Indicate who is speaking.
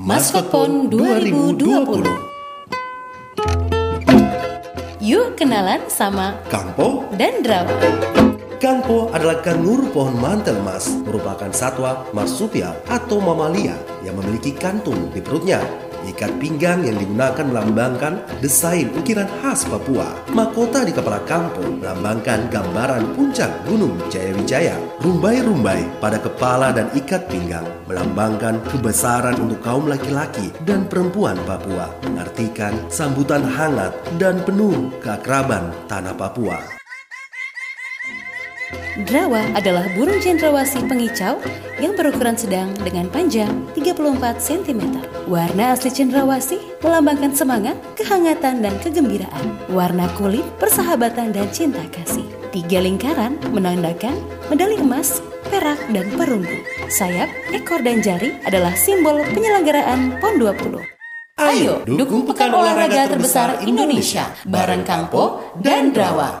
Speaker 1: Maskot PON 2020. Yuk kenalan sama
Speaker 2: Kangpo
Speaker 1: dan Drawa.
Speaker 2: Kangpo adalah kanguru pohon mantel emas, merupakan satwa marsupial atau mamalia yang memiliki kantung di perutnya. Ikat pinggang yang digunakan melambangkan desain ukiran khas Papua. Mahkota di kepala Kangpo melambangkan gambaran puncak Gunung Jayawijaya. Rumbai-rumbai pada kepala dan ikat pinggang melambangkan kebesaran untuk kaum laki-laki dan perempuan Papua, mengartikan sambutan hangat dan penuh keakraban tanah Papua.
Speaker 1: Drawa adalah burung cendrawasih pengicau yang berukuran sedang dengan panjang 34 cm. Warna asli cendrawasih melambangkan semangat, kehangatan, dan kegembiraan. Warna kulit, persahabatan, dan cinta kasih. 3 lingkaran menandakan medali emas, perak, dan perunggu. Sayap, ekor, dan jari adalah simbol penyelenggaraan PON 20. Ayo dukung pekan olahraga terbesar Indonesia bareng Kangpo dan Drawa.